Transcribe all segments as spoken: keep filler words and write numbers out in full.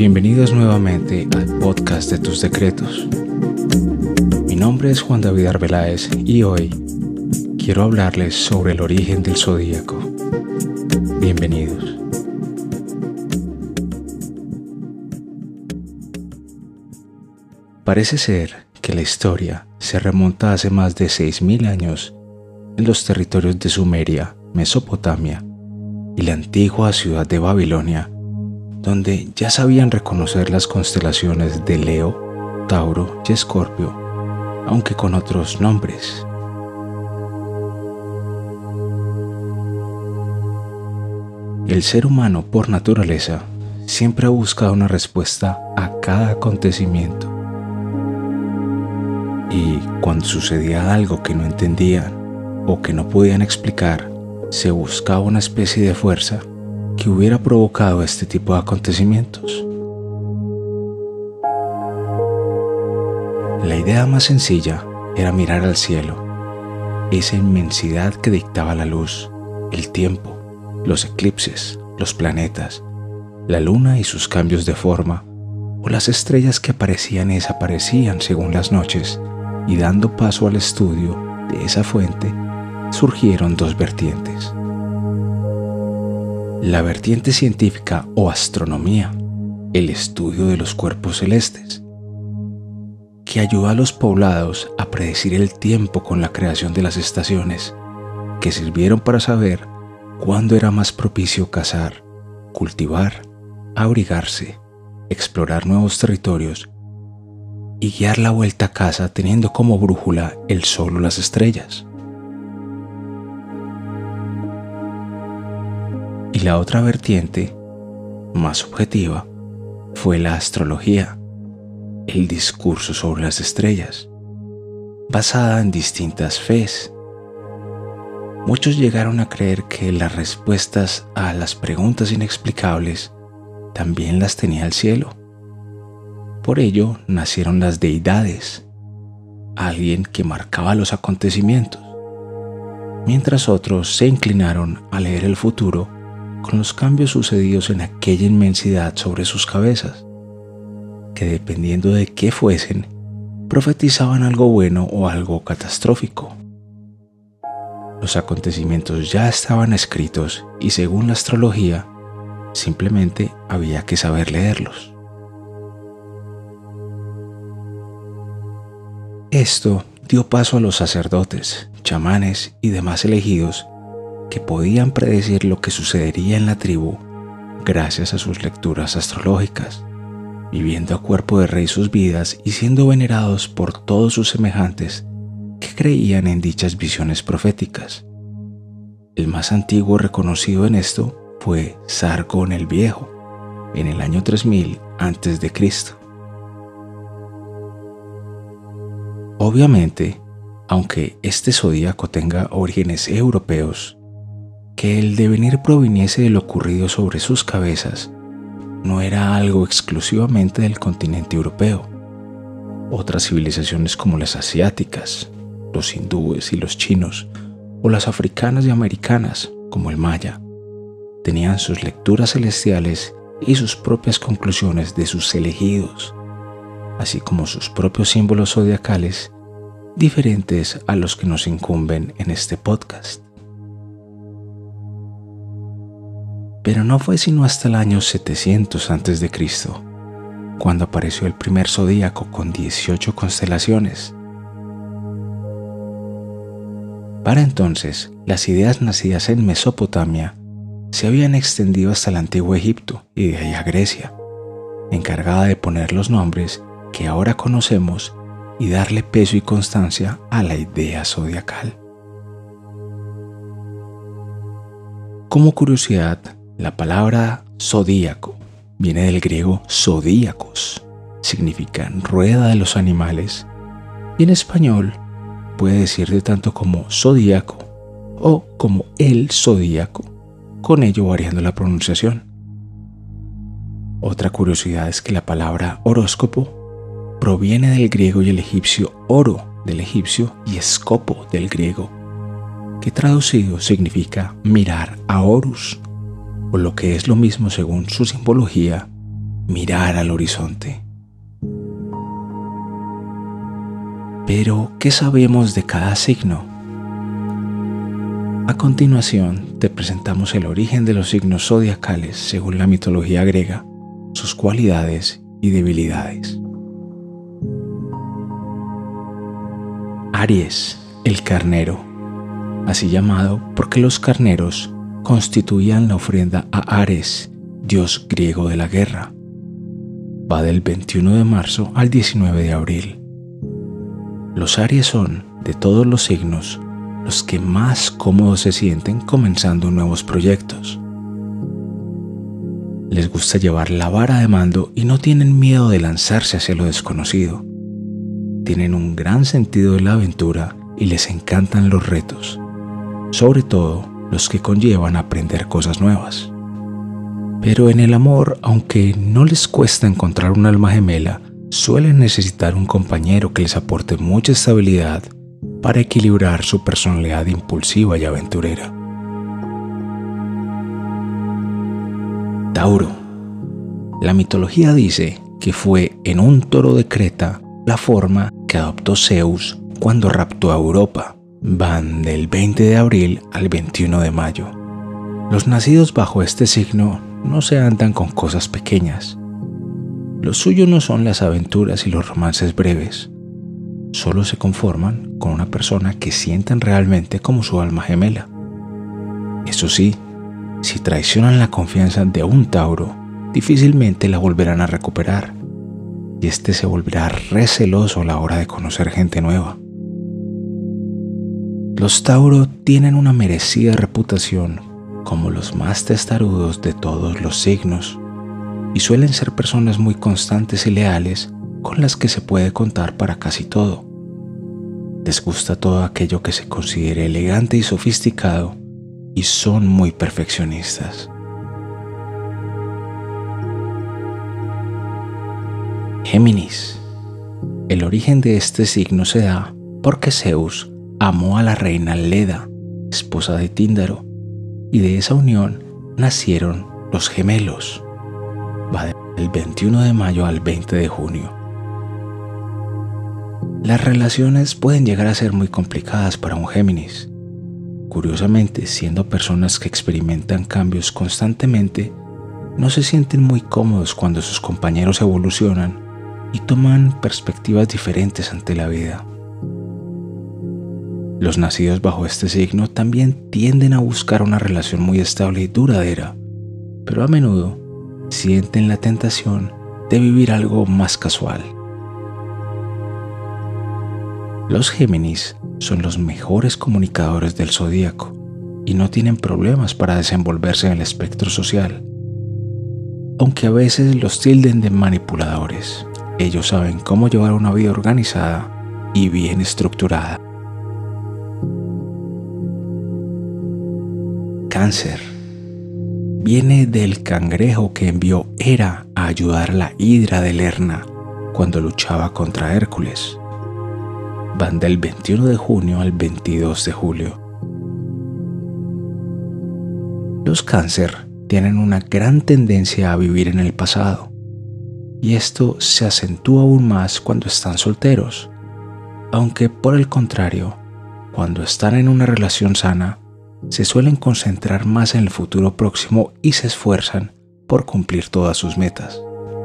Bienvenidos nuevamente al podcast de tus decretos. Mi nombre es Juan David Arbeláez y hoy quiero hablarles sobre el origen del zodíaco. Bienvenidos. Parece ser que la historia se remonta hace más de seis mil años en los territorios de Sumeria, Mesopotamia y la antigua ciudad de Babilonia, donde ya sabían reconocer las constelaciones de Leo, Tauro y Escorpio, aunque con otros nombres. El ser humano, por naturaleza, siempre ha buscado una respuesta a cada acontecimiento. Y cuando sucedía algo que no entendían o que no podían explicar, se buscaba una especie de fuerza que hubiera provocado este tipo de acontecimientos. La idea más sencilla era mirar al cielo, esa inmensidad que dictaba la luz, el tiempo, los eclipses, los planetas, la luna y sus cambios de forma, o las estrellas que aparecían y desaparecían según las noches, y dando paso al estudio de esa fuente, surgieron dos vertientes. La vertiente científica o astronomía, el estudio de los cuerpos celestes, que ayudó a los poblados a predecir el tiempo con la creación de las estaciones, que sirvieron para saber cuándo era más propicio cazar, cultivar, abrigarse, explorar nuevos territorios y guiar la vuelta a casa teniendo como brújula el sol o las estrellas. Y la otra vertiente, más objetiva, fue la astrología, el discurso sobre las estrellas, basada en distintas fes. Muchos llegaron a creer que las respuestas a las preguntas inexplicables también las tenía el cielo. Por ello nacieron las deidades, alguien que marcaba los acontecimientos, mientras otros se inclinaron a leer el futuro con los cambios sucedidos en aquella inmensidad sobre sus cabezas, que dependiendo de qué fuesen, profetizaban algo bueno o algo catastrófico. Los acontecimientos ya estaban escritos y según la astrología, simplemente había que saber leerlos. Esto dio paso a los sacerdotes, chamanes y demás elegidos que podían predecir lo que sucedería en la tribu gracias a sus lecturas astrológicas, viviendo a cuerpo de rey sus vidas y siendo venerados por todos sus semejantes que creían en dichas visiones proféticas. El más antiguo reconocido en esto fue Sargón el Viejo, en el año tres mil antes de Cristo. Obviamente, aunque este zodíaco tenga orígenes europeos, que el devenir proviniese de lo ocurrido sobre sus cabezas no era algo exclusivamente del continente europeo. Otras civilizaciones como las asiáticas, los hindúes y los chinos, o las africanas y americanas como el maya, tenían sus lecturas celestiales y sus propias conclusiones de sus elegidos, así como sus propios símbolos zodiacales diferentes a los que nos incumben en este podcast. Pero no fue sino hasta el año setecientos antes de Cristo cuando apareció el primer zodíaco con dieciocho constelaciones. Para entonces, las ideas nacidas en Mesopotamia se habían extendido hasta el antiguo Egipto y de ahí a Grecia, encargada de poner los nombres que ahora conocemos y darle peso y constancia a la idea zodiacal. Como curiosidad, la palabra zodíaco viene del griego zodíacos, significa rueda de los animales, y en español puede decirse tanto como zodíaco o como el zodíaco, con ello variando la pronunciación. Otra curiosidad es que la palabra horóscopo proviene del griego y el egipcio oro del egipcio y escopo del griego, que traducido significa mirar a Horus, o lo que es lo mismo según su simbología, mirar al horizonte. Pero, ¿qué sabemos de cada signo? A continuación, te presentamos el origen de los signos zodiacales según la mitología griega, sus cualidades y debilidades. Aries, el carnero, así llamado porque los carneros constituían la ofrenda a Ares, dios griego de la guerra. Va del veintiuno de marzo al diecinueve de abril. Los Aries son, de todos los signos, los que más cómodos se sienten comenzando nuevos proyectos. Les gusta llevar la vara de mando y no tienen miedo de lanzarse hacia lo desconocido. Tienen un gran sentido de la aventura y les encantan los retos, sobre todo los que conllevan a aprender cosas nuevas. Pero en el amor, aunque no les cuesta encontrar un alma gemela, suelen necesitar un compañero que les aporte mucha estabilidad para equilibrar su personalidad impulsiva y aventurera. Tauro. La mitología dice que fue en un toro de Creta la forma que adoptó Zeus cuando raptó a Europa. Van del veinte de abril al veintiuno de mayo. Los nacidos bajo este signo no se andan con cosas pequeñas. Lo suyo no son las aventuras y los romances breves. Solo se conforman con una persona que sientan realmente como su alma gemela. Eso sí, si traicionan la confianza de un Tauro, difícilmente la volverán a recuperar, y este se volverá receloso a la hora de conocer gente nueva. Los Tauro tienen una merecida reputación como los más testarudos de todos los signos, y suelen ser personas muy constantes y leales con las que se puede contar para casi todo. Les gusta todo aquello que se considere elegante y sofisticado y son muy perfeccionistas. Géminis. El origen de este signo se da porque Zeus amó a la reina Leda, esposa de Tíndaro, y de esa unión nacieron los gemelos. Va del veintiuno de mayo al veinte de junio. Las relaciones pueden llegar a ser muy complicadas para un Géminis. Curiosamente, siendo personas que experimentan cambios constantemente, no se sienten muy cómodos cuando sus compañeros evolucionan y toman perspectivas diferentes ante la vida. Los nacidos bajo este signo también tienden a buscar una relación muy estable y duradera, pero a menudo sienten la tentación de vivir algo más casual. Los Géminis son los mejores comunicadores del zodíaco y no tienen problemas para desenvolverse en el espectro social. Aunque a veces los tilden de manipuladores, ellos saben cómo llevar una vida organizada y bien estructurada. Cáncer. Viene del cangrejo que envió Hera a ayudar a la hidra de Lerna cuando luchaba contra Hércules. Van del veintiuno de junio al veintidós de julio. Los Cáncer tienen una gran tendencia a vivir en el pasado, y esto se acentúa aún más cuando están solteros, aunque por el contrario, cuando están en una relación sana, se suelen concentrar más en el futuro próximo y se esfuerzan por cumplir todas sus metas.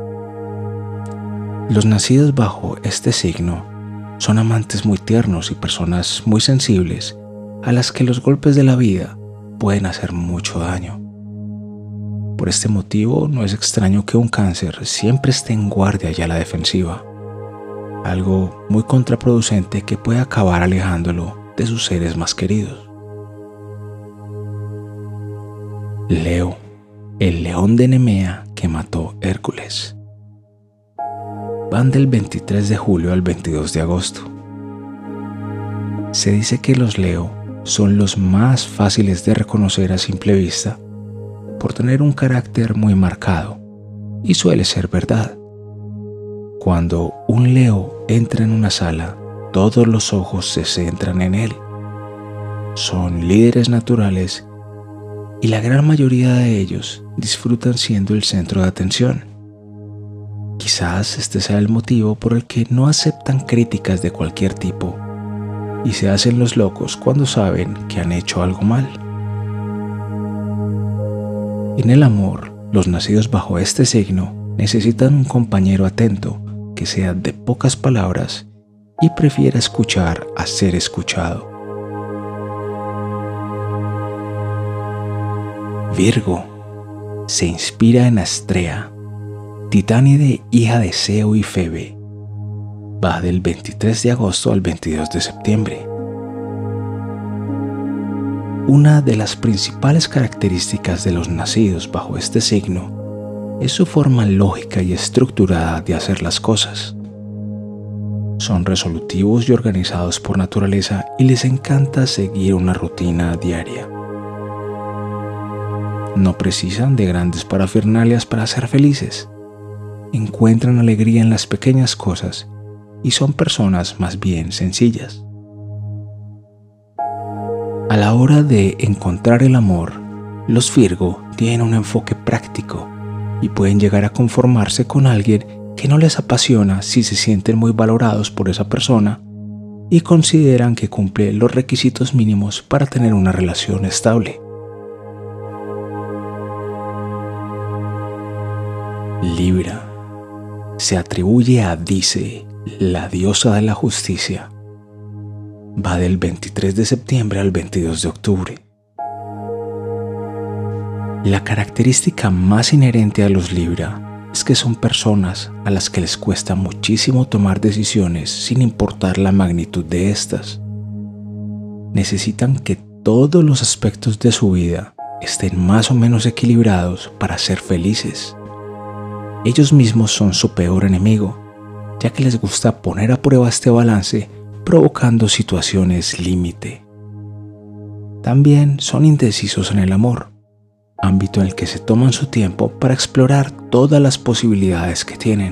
Los nacidos bajo este signo son amantes muy tiernos y personas muy sensibles a las que los golpes de la vida pueden hacer mucho daño. Por este motivo, no es extraño que un Cáncer siempre esté en guardia y a la defensiva, algo muy contraproducente que puede acabar alejándolo de sus seres más queridos. Leo, el león de Nemea que mató Hércules. Van del veintitrés de julio al veintidós de agosto. Se dice que los Leo son los más fáciles de reconocer a simple vista por tener un carácter muy marcado, y suele ser verdad. Cuando un Leo entra en una sala, todos los ojos se centran en él. Son líderes naturales y la gran mayoría de ellos disfrutan siendo el centro de atención. Quizás este sea el motivo por el que no aceptan críticas de cualquier tipo y se hacen los locos cuando saben que han hecho algo mal. En el amor, los nacidos bajo este signo necesitan un compañero atento que sea de pocas palabras y prefiera escuchar a ser escuchado. Virgo se inspira en Astrea, titánide hija de Zeo y Febe. Va del veintitrés de agosto al veintidós de septiembre. Una de las principales características de los nacidos bajo este signo es su forma lógica y estructurada de hacer las cosas. Son resolutivos y organizados por naturaleza y les encanta seguir una rutina diaria. No precisan de grandes parafernalias para ser felices. Encuentran alegría en las pequeñas cosas y son personas más bien sencillas. A la hora de encontrar el amor, los Virgo tienen un enfoque práctico y pueden llegar a conformarse con alguien que no les apasiona si se sienten muy valorados por esa persona y consideran que cumple los requisitos mínimos para tener una relación estable. Libra se atribuye a Dice, la diosa de la justicia. Va del veintitrés de septiembre al veintidós de octubre. La característica más inherente a los Libra es que son personas a las que les cuesta muchísimo tomar decisiones sin importar la magnitud de estas. Necesitan que todos los aspectos de su vida estén más o menos equilibrados para ser felices. Ellos mismos son su peor enemigo, ya que les gusta poner a prueba este balance, provocando situaciones límite. También son indecisos en el amor, ámbito en el que se toman su tiempo para explorar todas las posibilidades que tienen.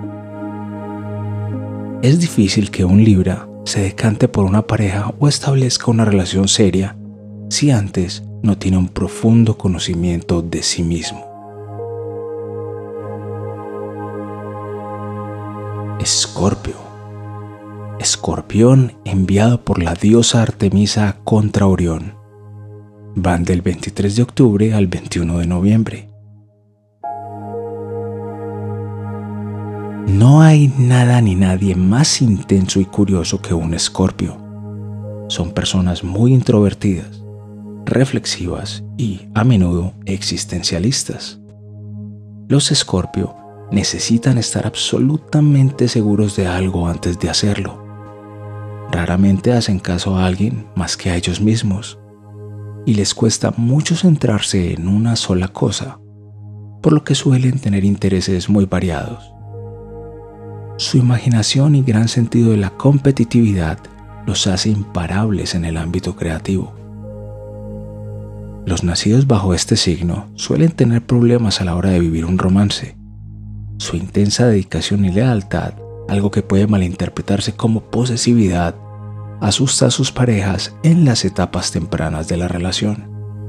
Es difícil que un Libra se decante por una pareja o establezca una relación seria si antes no tiene un profundo conocimiento de sí mismo. Escorpio. Escorpión enviado por la diosa Artemisa contra Orión. Van del veintitrés de octubre al veintiuno de noviembre. No hay nada ni nadie más intenso y curioso que un Escorpio. Son personas muy introvertidas, reflexivas y, a menudo, existencialistas. Los Escorpio necesitan estar absolutamente seguros de algo antes de hacerlo. Raramente hacen caso a alguien más que a ellos mismos, y les cuesta mucho centrarse en una sola cosa, por lo que suelen tener intereses muy variados. Su imaginación y gran sentido de la competitividad los hace imparables en el ámbito creativo. Los nacidos bajo este signo suelen tener problemas a la hora de vivir un romance. Su intensa dedicación y lealtad, algo que puede malinterpretarse como posesividad, asusta a sus parejas en las etapas tempranas de la relación.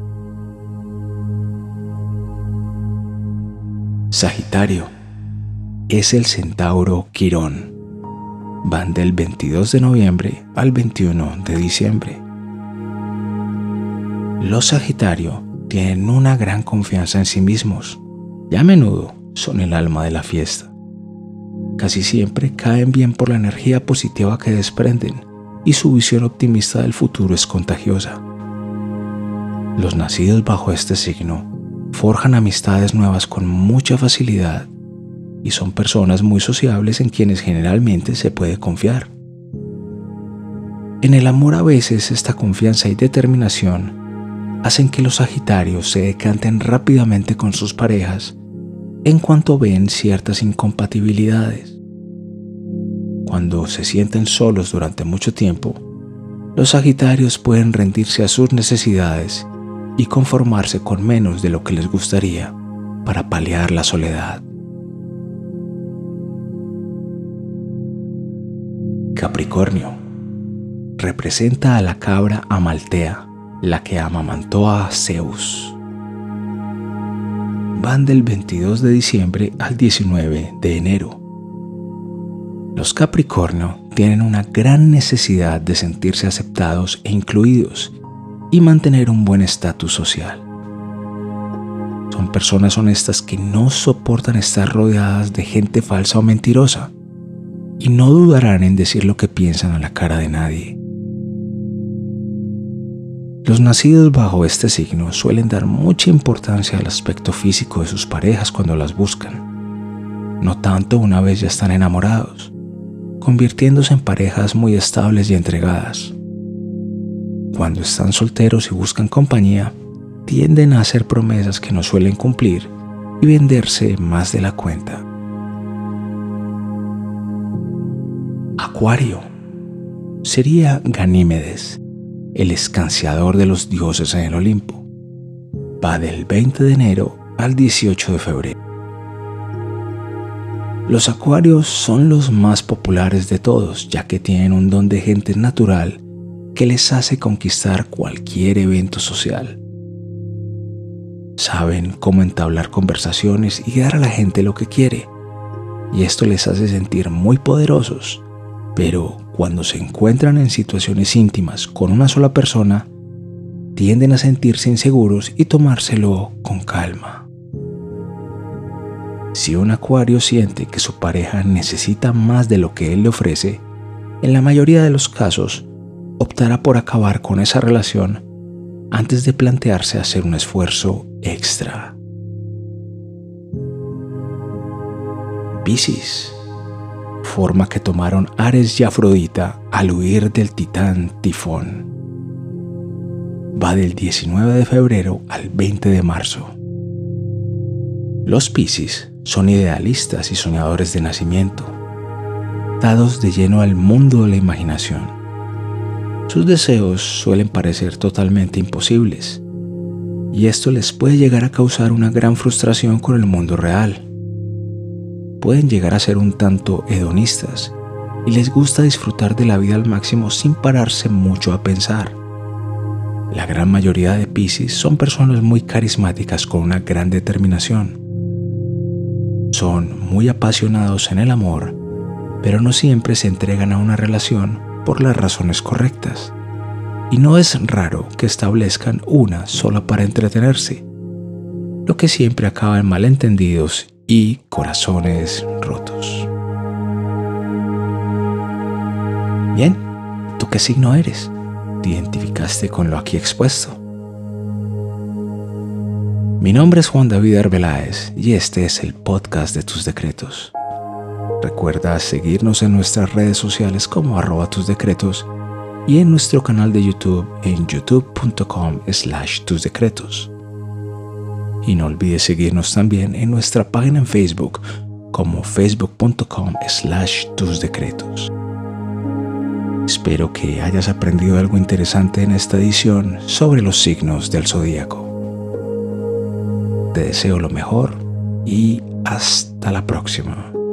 Sagitario es el centauro Quirón. Van del veintidós de noviembre al veintiuno de diciembre. Los Sagitario tienen una gran confianza en sí mismos y a menudo son el alma de la fiesta. Casi siempre caen bien por la energía positiva que desprenden y su visión optimista del futuro es contagiosa. Los nacidos bajo este signo forjan amistades nuevas con mucha facilidad y son personas muy sociables en quienes generalmente se puede confiar. En el amor a veces esta confianza y determinación hacen que los Sagitarios se decanten rápidamente con sus parejas en cuanto ven ciertas incompatibilidades. Cuando se sienten solos durante mucho tiempo, los Sagitarios pueden rendirse a sus necesidades y conformarse con menos de lo que les gustaría para paliar la soledad. Capricornio representa a la cabra Amaltea, la que amamantó a Zeus. van del veintidós de diciembre al diecinueve de enero. Los Capricornio tienen una gran necesidad de sentirse aceptados e incluidos y mantener un buen estatus social. Son personas honestas que no soportan estar rodeadas de gente falsa o mentirosa y no dudarán en decir lo que piensan a la cara de nadie. Los nacidos bajo este signo suelen dar mucha importancia al aspecto físico de sus parejas cuando las buscan, no tanto una vez ya están enamorados, convirtiéndose en parejas muy estables y entregadas. Cuando están solteros y buscan compañía, tienden a hacer promesas que no suelen cumplir y venderse más de la cuenta. Acuario sería Ganímedes, el escanciador de los dioses en el Olimpo. Va del veinte de enero al dieciocho de febrero. Los acuarios son los más populares de todos, ya que tienen un don de gente natural que les hace conquistar cualquier evento social. Saben cómo entablar conversaciones y dar a la gente lo que quiere, y esto les hace sentir muy poderosos, pero cuando se encuentran en situaciones íntimas con una sola persona, tienden a sentirse inseguros y tomárselo con calma. Si un acuario siente que su pareja necesita más de lo que él le ofrece, en la mayoría de los casos, optará por acabar con esa relación antes de plantearse hacer un esfuerzo extra. Piscis, forma que tomaron Ares y Afrodita al huir del titán Tifón. Va del diecinueve de febrero al veinte de marzo. Los Piscis son idealistas y soñadores de nacimiento, dados de lleno al mundo de la imaginación. Sus deseos suelen parecer totalmente imposibles, y esto les puede llegar a causar una gran frustración con el mundo real. Pueden llegar a ser un tanto hedonistas y les gusta disfrutar de la vida al máximo sin pararse mucho a pensar. La gran mayoría de Piscis son personas muy carismáticas con una gran determinación. Son muy apasionados en el amor, pero no siempre se entregan a una relación por las razones correctas. Y no es raro que establezcan una sola para entretenerse, lo que siempre acaba en malentendidos y corazones rotos. Bien, ¿tú qué signo eres? ¿Te identificaste con lo aquí expuesto? Mi nombre es Juan David Arbeláez y este es el podcast de Tus Decretos. Recuerda seguirnos en nuestras redes sociales como arroba tus decretos y en nuestro canal de YouTube en youtube punto com slash tus decretos. Y no olvides seguirnos también en nuestra página en Facebook como facebook punto com slash tus decretos. Espero que hayas aprendido algo interesante en esta edición sobre los signos del zodíaco. Te deseo lo mejor y hasta la próxima.